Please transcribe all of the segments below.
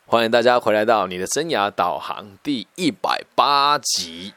欢迎大家回来到你的生涯导航第180集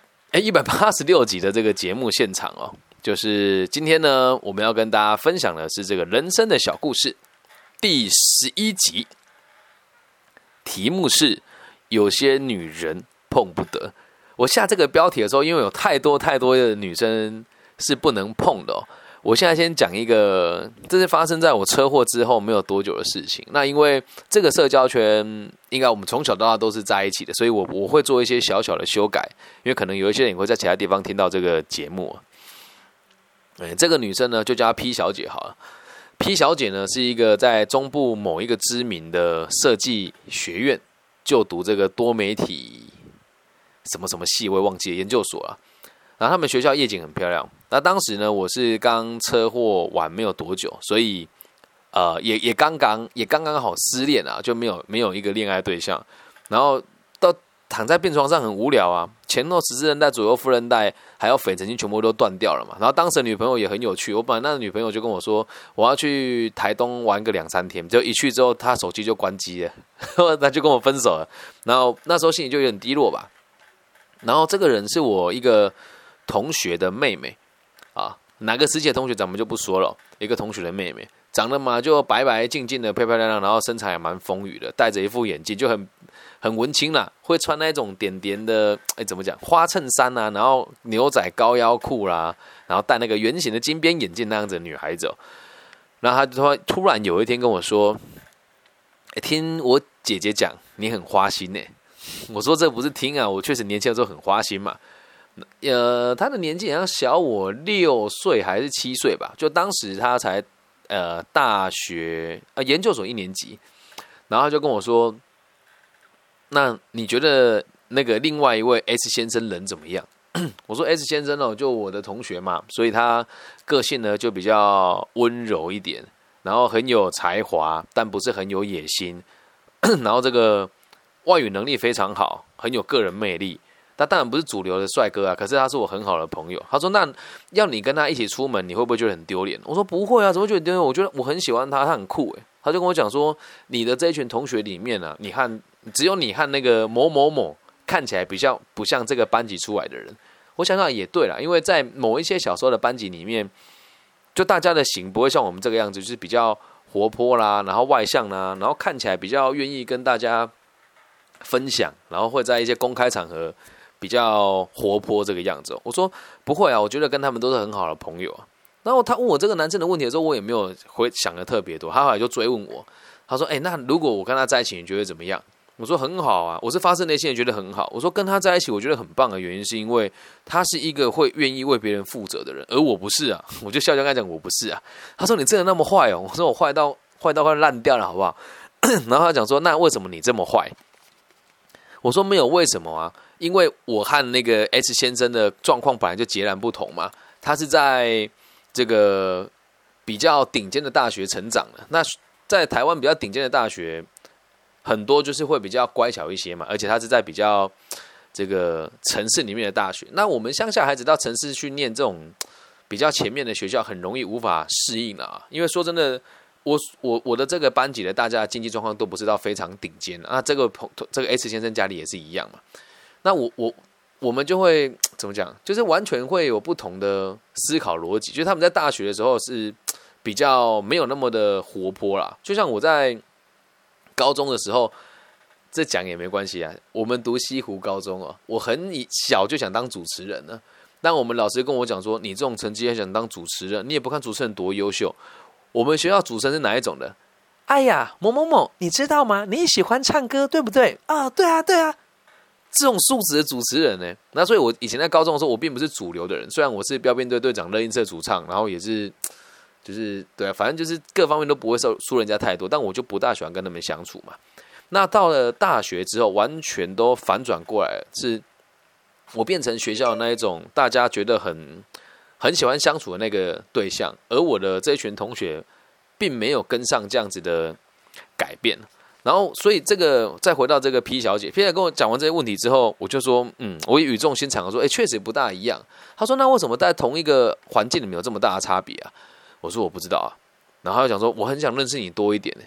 ，186集的这个节目现场哦。就是今天呢，我们要跟大家分享的是这个人生的小故事，第11集，题目是有些女人碰不得。我下这个标题的时候，因为有太多的女生是不能碰的哦。我现在先讲一个，这是发生在我车祸之后没有多久的事情。那因为这个社交圈，应该我们从小到大都是在一起的，所以我会做一些小小的修改，因为可能有一些人也会在其他地方听到这个节目。这个女生呢，就叫她 P 小姐好了。P 小姐呢，是一个在中部某一个知名的设计学院就读这个多媒体什么什么系，我也忘记了，研究所啊。然后他们学校夜景很漂亮。那当时呢，我是刚车祸完没有多久，所以也刚刚好失恋啊，就没有一个恋爱对象。然后到躺在病床上很无聊啊，前后十字韧带、左右副韧带还有腓神经全部都断掉了嘛。然后当时的女朋友也很有趣，我本来那个女朋友就跟我说，我要去台东玩个2-3天，就一去之后，她手机就关机了，她就跟我分手了。然后那时候心里就有点低落吧。然后这个人是我一个同学的妹妹啊，哪个时期的同学咱们就不说了。一个同学的妹妹，长得嘛就白白净净的、漂漂亮亮，然后身材也蛮丰腴的，戴着一副眼镜，就很文青啦。会穿那种点点的，怎么讲，花衬衫啊，然后牛仔高腰裤啦，然后戴那个圆形的金边眼镜那样子的女孩子哦。然后她突然有一天跟我说：“听我姐姐讲，你很花心呢。”我说：“这不是听啊，我确实年轻的时候很花心嘛。”他的年纪好像小我6岁还是7岁吧，就当时他才大学研究所1年级，然后他就跟我说：“那你觉得那个另外一位 S 先生人怎么样？”我说 ：“S 先生哦，就我的同学嘛，所以他个性呢就比较温柔一点，然后很有才华，但不是很有野心，然后这个外语能力非常好，很有个人魅力。”他当然不是主流的帅哥啊，可是他是我很好的朋友。他说：“那要你跟他一起出门，你会不会觉得很丢脸？”我说：“不会啊，怎么会觉得丢脸？我觉得我很喜欢他，他很酷。”他就跟我讲说：“你的这一群同学里面啊，只有你和那个某某某看起来比较不像这个班级出来的人。”我想想也对啦，因为在某一些小时候的班级里面，就大家的型不会像我们这个样子，就是比较活泼啦，然后外向啦，然后看起来比较愿意跟大家分享，然后会在一些公开场合比较活泼这个样子。我说不会啊，我觉得跟他们都是很好的朋友啊。然后他问我这个男生的问题的时候，我也没有想的特别多。他后来就追问我，他说：“那如果我跟他在一起，你觉得怎么样？”我说：“很好啊，我是发自内心的觉得很好。”我说：“跟他在一起，我觉得很棒的原因是因为他是一个会愿意为别人负责的人，而我不是啊。”我就笑笑跟他讲：“我不是啊。”他说：“你真的那么坏哦？”我说：“我坏到快烂掉了，好不好？”然后他讲说：“那为什么你这么坏？”我说：“没有为什么啊。”因为我和那个 S 先生的状况本来就截然不同嘛，他是在这个比较顶尖的大学成长的。那在台湾比较顶尖的大学，很多就是会比较乖巧一些嘛，而且他是在比较这个城市里面的大学。那我们乡下孩子到城市去念这种比较前面的学校，很容易无法适应啊。因为说真的，我的这个班级的大家的经济状况都不是到非常顶尖啊。这个 S 先生家里也是一样嘛。那我们就会怎么讲？就是完全会有不同的思考逻辑。就是他们在大学的时候是比较没有那么的活泼啦。就像我在高中的时候，这讲也没关系啊。我们读西湖高中哦，我很小就想当主持人了。但我们老师跟我讲说，你这种成绩还想当主持人，你也不看主持人多优秀。我们学校主持人是哪一种的？哎呀，某某某，你知道吗？你喜欢唱歌，对不对？啊，对啊，对啊。这种素质的主持人呢，那所以我以前在高中的时候，我并不是主流的人。虽然我是标兵队队长、热音社主唱，然后也是就是对啊，反正就是各方面都不会输人家太多，但我就不大喜欢跟他们相处嘛。那到了大学之后，完全都反转过来了，是我变成学校的那一种大家觉得很喜欢相处的那个对象，而我的这一群同学并没有跟上这样子的改变。然后，所以这个再回到这个 P 小姐 ，P 小姐跟我讲完这些问题之后，我就说，我也语重心长的说，确实不大一样。她说，那为什么在同一个环境里面有这么大的差别啊？我说我不知道啊。然后她就讲说，我很想认识你多一点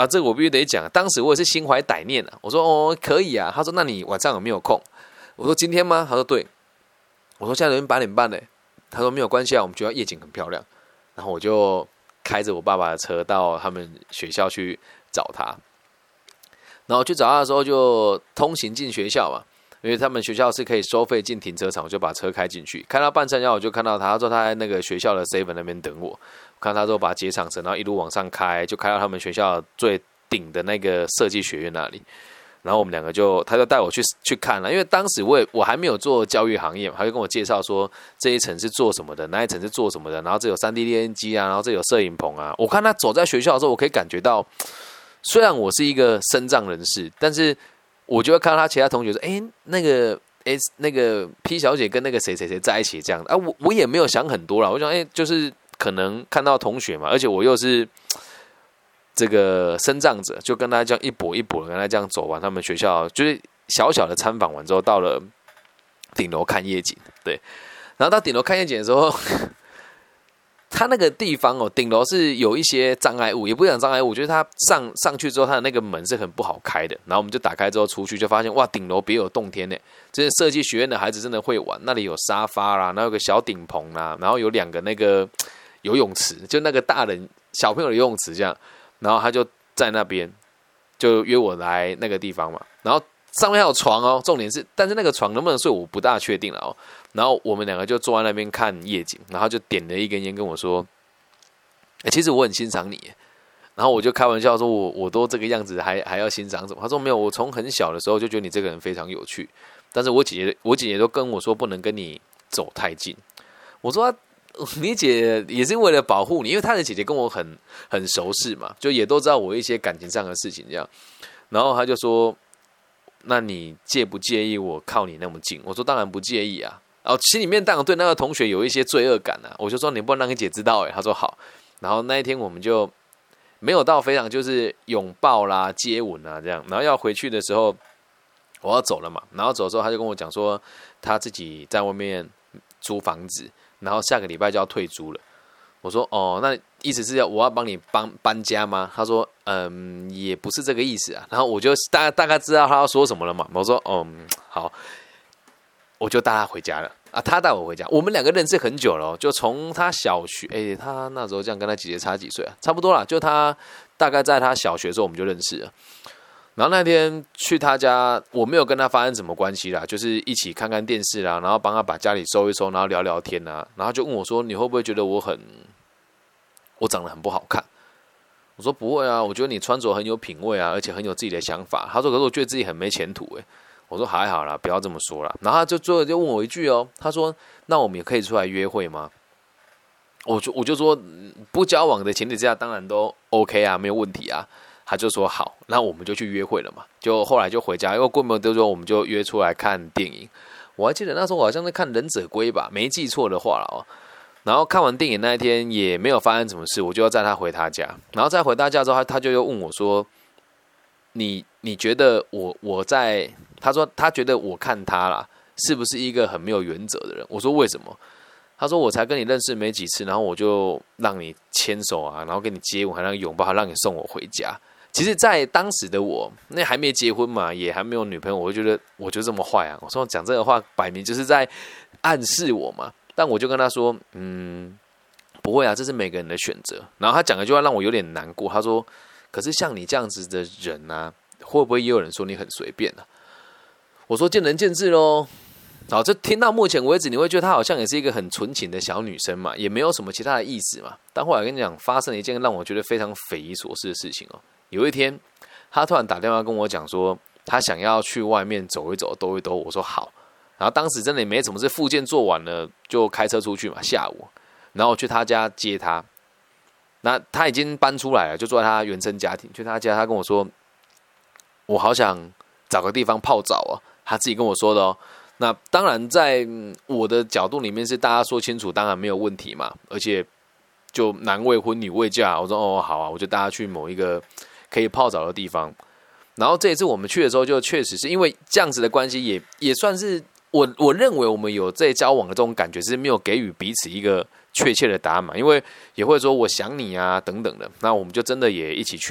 啊，这个我必须得讲，当时我也是心怀歹念啊，我说哦可以啊，他说那你晚上有没有空？我说今天吗？他说对，我说现在已经8点半了，他说没有关系啊，我们学校夜景很漂亮，然后我就开着我爸爸的车到他们学校去找他，然后去找他的时候就通行进学校嘛。因为他们学校是可以收费进停车场，我就把车开进去，开到半山腰我就看到他，他说他在那个学校的 7 那边等我，看他说把结场绳，然后一路往上开，就开到他们学校最顶的那个设计学院那里，然后我们两个他就带我去看了，因为当时我还没有做教育行业嘛，他就跟我介绍说这一层是做什么的，那一层是做什么的，然后这有 3D 列印机啊，然后这有摄影棚啊，我看他走在学校的时候，我可以感觉到，虽然我是一个身障人士，但是我就会看到他其他同学说，那个 P 小姐跟那个谁谁谁在一起这样的啊，我也没有想很多啦，我想就是可能看到同学嘛，而且我又是这个身障者，就跟他这样一跛一跛的跟他这样走完他们学校，就是小小的参访完之后，到了顶楼看夜景，对，然后到顶楼看夜景的时候。它那个地方哦，顶楼是有一些障碍物，也不讲障碍物，我觉得它上去之后，它的那个门是很不好开的。然后我们就打开之后出去，就发现哇，顶楼别有洞天呢！这是设计学院的孩子真的会玩，那里有沙发啦，然后有个小顶棚啦，然后有2个那个游泳池，就那个大人小朋友的游泳池这样。然后他就在那边就约我来那个地方嘛，然后上面还有床哦，重点是，但是那个床能不能睡我不大确定了哦。然后我们2个就坐在那边看夜景，然后就点了一根烟跟我说：“其实我很欣赏你。”然后我就开玩笑说：“我都这个样子还要欣赏什么？”他说：“没有，我从很小的时候就觉得你这个人非常有趣，但是我姐姐都跟我说不能跟你走太近。”我说：“你姐也是为了保护你，因为她的姐姐跟我很熟识嘛，就也都知道我一些感情上的事情这样。”然后他就说：“那你介不介意我靠你那么近？”我说：“当然不介意啊。”然后心里面当然对那个同学有一些罪恶感啊，我就说你不能让你姐知道他说好。然后那一天我们就没有到非常就是拥抱啦、接吻啊这样。然后要回去的时候，我要走了嘛。然后走的时候他就跟我讲说，他自己在外面租房子，然后下个礼拜就要退租了。我说哦，那意思是我要帮你搬家吗？他说也不是这个意思啊。然后我就大概知道他要说什么了嘛。我说好。我就带他回家了啊，他带我回家。我们2个认识很久了就从他小学，他那时候这样跟他姐姐差几岁啊？差不多啦，就他大概在他小学的时候我们就认识了。然后那天去他家，我没有跟他发生什么关系啦，就是一起看看电视啦，然后帮他把家里收一收，然后聊聊天啊，然后就问我说：“你会不会觉得我长得很不好看？”我说：“不会啊，我觉得你穿着很有品味啊，而且很有自己的想法。”他说：“可是我觉得自己很没前途。”我说还好啦，不要这么说啦。然后他就最后就问我一句他说：“那我们也可以出来约会吗？”我就说不交往的前提之下，当然都 OK 啊，没有问题啊。他就说好，那我们就去约会了嘛。就后来就回家，因为过没多久我们就约出来看电影。我还记得那时候我好像在看《忍者龟》吧，没记错的话了然后看完电影那一天也没有发生什么事，我就要载他回他家。然后再回他家之后，他就又问我说：“你觉得我在？”他说他觉得我看他啦，是不是一个很没有原则的人？我说为什么？他说我才跟你认识没几次，然后我就让你牵手啊，然后跟你接吻，还让你拥抱，还让你送我回家。其实，在当时的我，那还没结婚嘛，也还没有女朋友，我就觉得我就这么坏啊！我说讲这个话，摆明就是在暗示我嘛。但我就跟他说，不会啊，这是每个人的选择。然后他讲一句话让我有点难过，他说：“可是像你这样子的人啊，会不会也有人说你很随便啊？”我说见仁见智咯。好，这听到目前为止，你会觉得她好像也是一个很纯情的小女生嘛，也没有什么其他的意思嘛。但后来跟你讲，发生了一件让我觉得非常匪夷所思的事情有一天，她突然打电话跟我讲说，她想要去外面走一走、兜一兜。我说好。然后当时真的也没什么事，复健做完了就开车出去嘛，下午，然后我去她家接她。那她已经搬出来了，就住在她原生家庭。去她家，她跟我说，我好想找个地方泡澡他自己跟我说的那当然，在我的角度里面是大家说清楚，当然没有问题嘛。而且就男未婚女未嫁，我说好啊，我就带他去某一个可以泡澡的地方。然后这一次我们去的时候，就确实是因为这样子的关系，也算是我认为我们有在交往的这种感觉，是没有给予彼此一个确切的答案嘛。因为也会说我想你啊等等的，那我们就真的也一起去了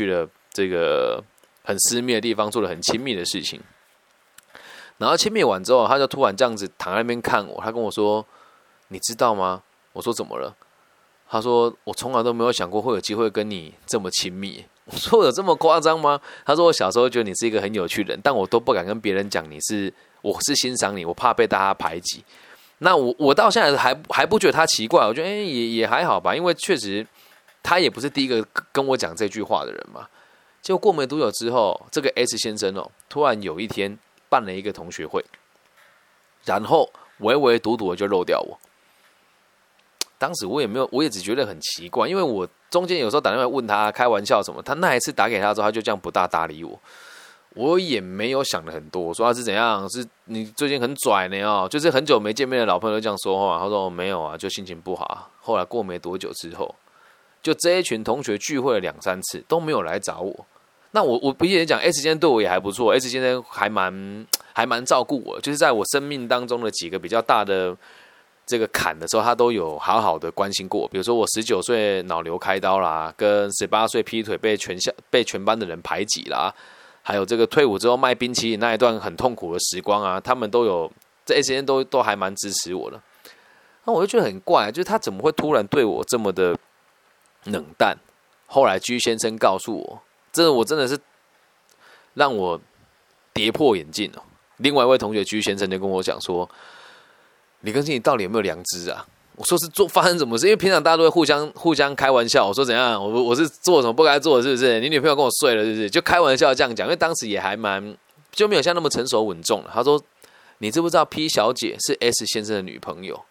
这个很私密的地方做了很亲密的事情。然后亲密完之后，他就突然这样子躺在那边看我，他跟我说：“你知道吗？”我说：“怎么了？”他说：“我从来都没有想过会有机会跟你这么亲密。”我说：“有这么夸张吗？”他说：“我小时候觉得你是一个很有趣的人，但我都不敢跟别人讲我是欣赏你，我怕被大家排挤。”那我到现在还不觉得他奇怪，我觉得也还好吧，因为确实他也不是第一个跟我讲这句话的人嘛。结果过没多久之后，这个 S 先生突然有一天办了一个同学会，然后唯唯独独的就漏掉我。当时我也只觉得很奇怪，因为我中间有时候打电话问他开玩笑什么，他那一次打给他之后，他就这样不大搭理我。我也没有想的很多，我说他是怎样？是你最近很拽呢就是很久没见面的老朋友这样说话。他说没有啊，就心情不好啊。后来过没多久之后，就这一群同学聚会了2-3次都没有来找我。那我必须讲 ，S 先生对我也还不错 ，S 先生还蛮照顾我，就是在我生命当中的几个比较大的这个坎的时候，他都有好好的关心过我。比如说我19岁脑瘤开刀啦，跟18岁劈腿被全班的人排挤啦，还有这个退伍之后卖冰淇淋那一段很痛苦的时光啊，他们都有这 S 先生都还蛮支持我的。那我就觉得很怪，就是他怎么会突然对我这么的冷淡？后来居先生告诉我。我真的是让我跌破眼镜哦！另外一位同学居先生就跟我讲说：“李庚希，你到底有没有良知啊？”我说：“是发生什么事？因为平常大家都会互相开玩笑。”我说：“怎样？我是做什么不该做的，是不是？你女朋友跟我睡了，是不是？”就开玩笑这样讲，因为当时也还就没有像那么成熟稳重了。他说：“你知不知道 P 小姐是 S 先生的女朋友？”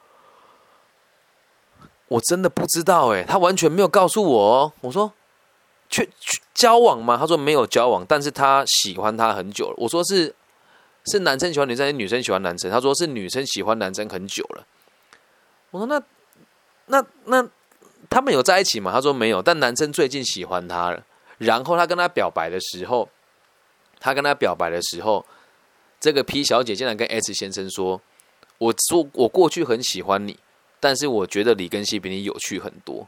我真的不知道他完全没有告诉我哦。我说。去交往吗？他说没有交往，但是他喜欢他很久了。我说是男生喜欢女生，还是女生喜欢男生？他说是女生喜欢男生很久了。我说那他们有在一起吗？他说没有，但男生最近喜欢他了。然后他跟他表白的时候，这个 P 小姐竟然跟 S 先生说：“我过去很喜欢你，但是我觉得李庚希比你有趣很多。”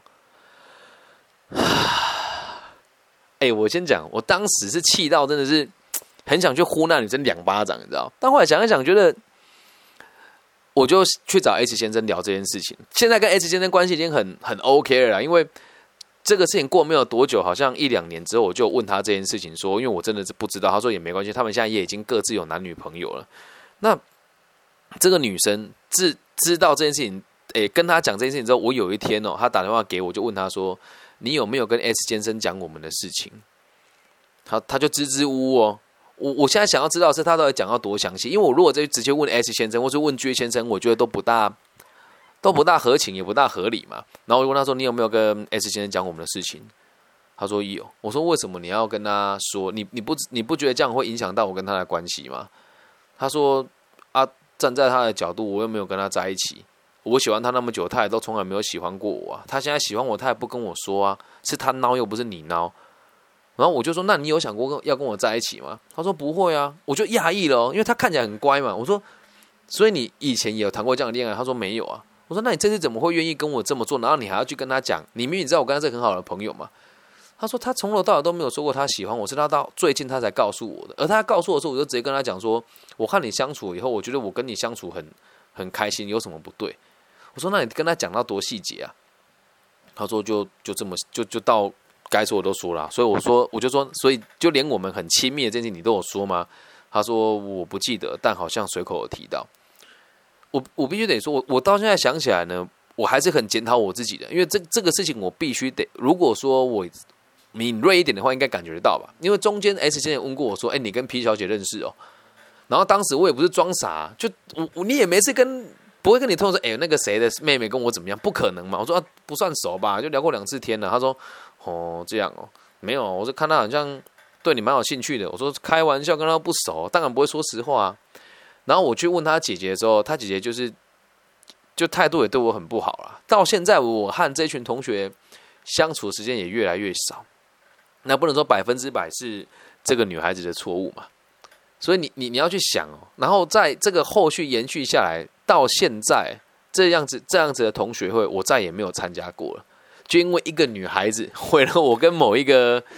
我先讲，我当时是气到真的是很想去呼那女生2巴掌，你知道？但后来想一想，觉得我就去找 S 先生聊这件事情。现在跟 S 先生关系已经很 OK 了啦，因为这个事情过没有多久，好像1-2年之后，我就问他这件事情说，因为我真的是不知道，他说也没关系，他们现在也已经各自有男女朋友了。那这个女生知道这件事情，跟他讲这件事情之后，我有一天他打电话给我，就问他说。你有没有跟 S 先生讲我们的事情？他就支支吾吾我现在想要知道的是他到底讲到多详细，因为我如果再直接问 S 先生或是问 G 先生，我觉得都不大合情，也不大合理嘛。然后我就问他说：“你有没有跟 S 先生讲我们的事情？”他说有。我说：“为什么你要跟他说？你不觉得这样会影响到我跟他的关系吗？”他说：“啊，站在他的角度，我又没有跟他在一起。”我喜欢他那么久，他也都从来没有喜欢过我啊。他现在喜欢我，他也不跟我说啊，是他孬又不是你孬。然后我就说，那你有想过要跟我在一起吗？他说不会啊。我就讶异了因为他看起来很乖嘛。我说，所以你以前也有谈过这样的恋爱？他说没有啊。我说那你这次怎么会愿意跟我这么做？然后你还要去跟他讲，你明明知道我跟他是很好的朋友嘛。他说他从头到尾都没有说过他喜欢我，是他到最近他才告诉我的。而他告诉我的时候，我就直接跟他讲说，我看你相处以后，我觉得我跟你相处很开心，有什么不对？我说：“那你跟他讲到多细节啊？”他说就这么就到该说的都说了。所以我就说，所以就连我们很亲密的这件事情你都有说吗？他说我不记得，但好像随口有提到。我必须得说，我到现在想起来呢，我还是很检讨我自己的，因为这个事情我必须得，如果说我敏锐一点的话，应该感觉得到吧？因为中间 S 先生问过我说：“你跟 P 小姐认识哦？”然后当时我也不是装傻，就你也没事不会跟你透露说，那个谁的妹妹跟我怎么样？不可能嘛！我说不算熟吧，就聊过2次天了。他说，这样没有，我说看他好像对你蛮有兴趣的。我说开玩笑，跟他不熟，当然不会说实话啊。然后我去问他姐姐的时候，他姐姐就态度也对我很不好了。到现在我和这群同学相处的时间也越来越少，那不能说100%是这个女孩子的错误嘛。所以你要去想然后在这个后续延续下来到现在这样子的同学会，我再也没有参加过了，就因为一个女孩子毁了我跟某一个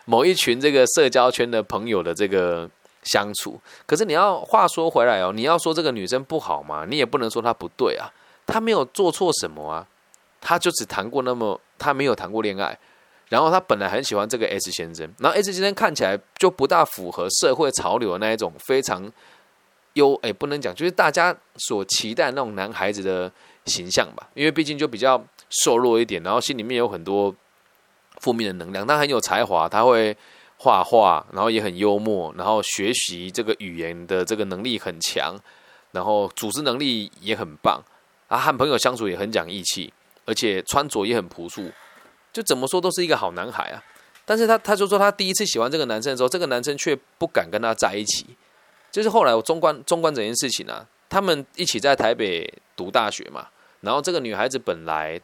某一群这个社交圈的朋友的这个相处。可是你要话说回来哦，你要说这个女生不好吗？你也不能说她不对啊，她没有做错什么啊，她就只谈过她没有谈过恋爱。然后她本来很喜欢这个 S 先生，然后 S 先生看起来就不大符合社会潮流的那一种非常不能讲，就是大家所期待那种男孩子的形象吧，因为毕竟就比较瘦弱一点，然后心里面有很多负面的能量。他很有才华，他会画画，然后也很幽默，然后学习这个语言的这个能力很强，然后组织能力也很棒啊，和朋友相处也很讲义气，而且穿着也很朴素，就怎么说都是一个好男孩啊。但是他就说他第一次喜欢这个男生的时候，这个男生却不敢跟他在一起。就是后来我纵观整件事情啊，他们一起在台北读大学嘛，然后这个女孩子本来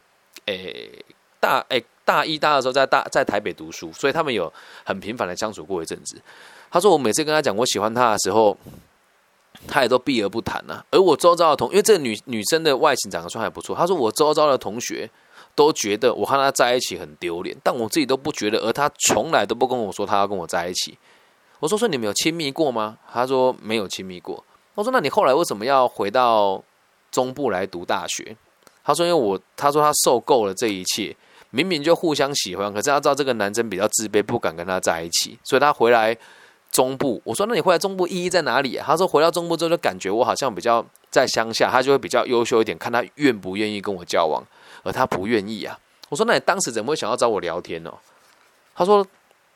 大一大二的时候在台北读书，所以他们有很频繁的相处过一阵子。他说我每次跟他讲我喜欢他的时候，他也都避而不谈啊。而我周遭的因为这个女生的外形长得算还不错，他说我周遭的同学都觉得我和他在一起很丢脸，但我自己都不觉得，而他从来都不跟我说他要跟我在一起。我说你们有亲密过吗？他说没有亲密过。我说那你后来为什么要回到中部来读大学？他说他说他受够了这一切，明明就互相喜欢，可是他知道这个男生比较自卑，不敢跟他在一起，所以他回来中部。我说那你回来中部意义在哪里啊？他说回到中部之后就感觉我好像比较在乡下，他就会比较优秀一点，看他愿不愿意跟我交往，而他不愿意啊。我说那你当时怎么会想要找我聊天呢？他说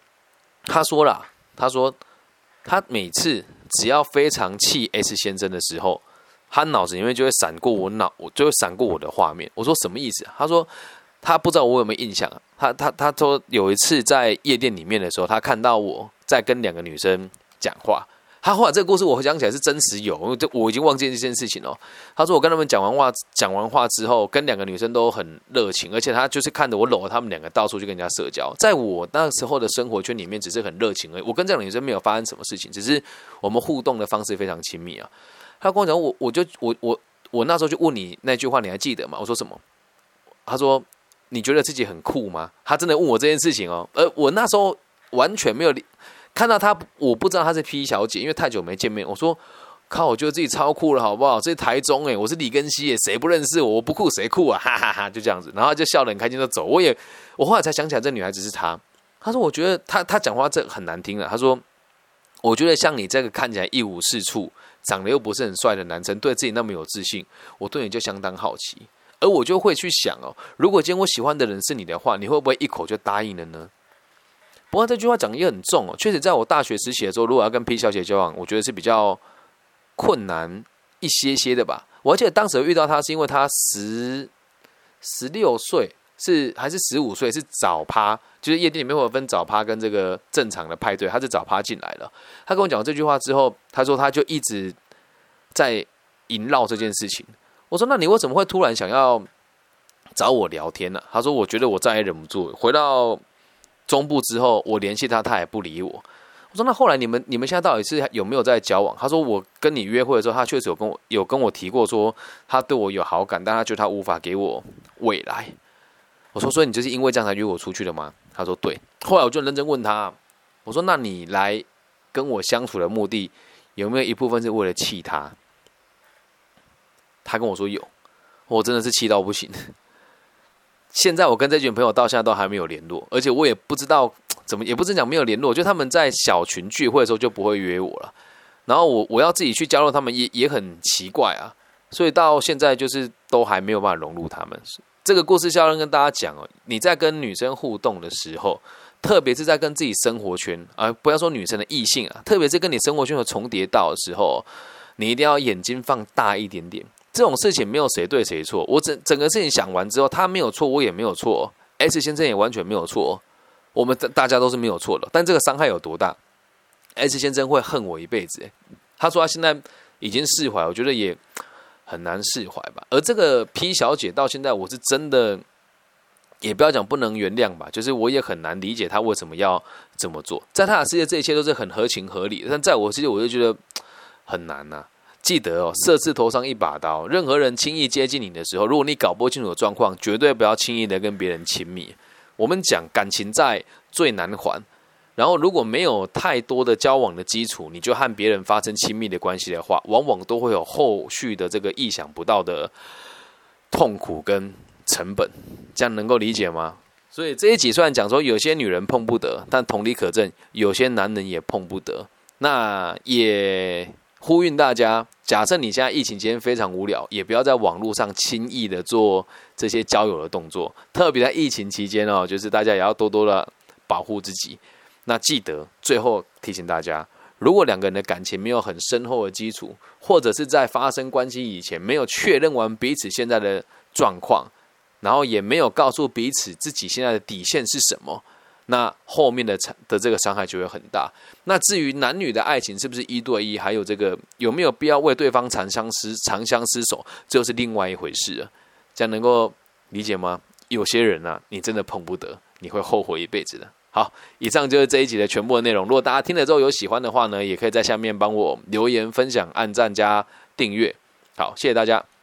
他每次只要非常气 S 先生的时候，他脑子里面就会闪过我的画面。我说什么意思啊？他说他不知道我有没有印象啊。他说有一次在夜店里面的时候，他看到我在跟2个女生讲话。他后来这个故事我回想起来是真实有，我已经忘记这件事情了。他说我跟他们讲完话之后，跟2个女生都很热情，而且他就是看着我搂着他们2个到处去跟人家社交。在我那时候的生活圈里面，只是很热情而已。我跟这样的女生没有发生什么事情，只是我们互动的方式非常亲密啊。他跟我讲，我那时候就问你那句话，你还记得吗？我说什么？他说你觉得自己很酷吗？他真的问我这件事情哦，而我那时候完全没有看到他，我不知道他是 P 小姐，因为太久没见面。我说靠，我觉得自己超酷了，好不好？这是台中我是李根熙谁不认识我？我不酷谁酷啊？哈哈哈，就这样子，然后他就笑得很开心就走。我后来才想起来，这女孩子是他。他说我觉得他讲话这很难听了。他说我觉得像你这个看起来一无是处，长得又不是很帅的男生，对自己那么有自信，我对你就相当好奇。而我就会去想如果今天我喜欢的人是你的话，你会不会一口就答应了呢？不过这句话讲也很重确实在我大学时期的时候，如果要跟 P 小姐交往，我觉得是比较困难一些的吧。我还记得当时遇到她是因为她16岁还是15岁，是早趴，就是夜店里面会有分早趴跟这个正常的派对，她是早趴进来了。她跟我讲这句话之后，她说她就一直在萦绕这件事情。我说那你为什么会突然想要找我聊天呢？她说我觉得我再也忍不住，回到中部之后，我联系他，他也不理我。我说那后来你们现在到底是有没有在交往？他说我跟你约会的时候，他确实有跟我提过说他对我有好感，但他觉得他无法给我未来。我说所以你就是因为这样才约我出去的吗？他说对。后来我就认真问他，我说那你来跟我相处的目的有没有一部分是为了气他？他跟我说有。我真的是气到不行。现在我跟这群朋友到现在都还没有联络，而且我也不知道也不是讲没有联络，就他们在小群聚会的时候就不会约我了，然后我要自己去加入他们也很奇怪啊，所以到现在就是都还没有办法融入他们。这个故事是要跟大家讲你在跟女生互动的时候，特别是在跟自己生活圈不要说女生的异性特别是跟你生活圈有重叠到的时候，你一定要眼睛放大一点点。这种事情没有谁对谁错，我整个事情想完之后，他没有错，我也没有错 ，S 先生也完全没有错，我们大家都是没有错的。但这个伤害有多大 ？S 先生会恨我一辈子。他说他现在已经释怀，我觉得也很难释怀吧。而这个 P 小姐到现在，我是真的也不要讲不能原谅吧，就是我也很难理解她为什么要这么做。在她的世界，这一切都是很合情合理的，但在我的世界，我就觉得很难啊。记得色字头上一把刀，任何人轻易接近你的时候，如果你搞不清楚的状况，绝对不要轻易的跟别人亲密。我们讲感情债最难还， 然后如果没有太多的交往的基础，你就和别人发生亲密的关系的话，往往都会有后续的这个意想不到的痛苦跟成本，这样能够理解吗？所以这一集虽然讲说有些女人碰不得，但同理可证，有些男人也碰不得。那也呼吁大家，假设你现在疫情期间非常无聊，也不要在网络上轻易的做这些交友的动作，特别在疫情期间哦，就是大家也要多多的保护自己。那记得最后提醒大家，如果两个人的感情没有很深厚的基础，或者是在发生关系以前没有确认完彼此现在的状况，然后也没有告诉彼此自己现在的底线是什么，那后面的这个伤害就会很大。那至于男女的爱情是不是一对一，还有这个有没有必要为对方长相厮守，这就是另外一回事了。这样能够理解吗？有些人啊，你真的碰不得，你会后悔一辈子的。好，以上就是这一集的全部的内容。如果大家听了之后有喜欢的话呢，也可以在下面帮我留言、分享、按赞加订阅。好，谢谢大家。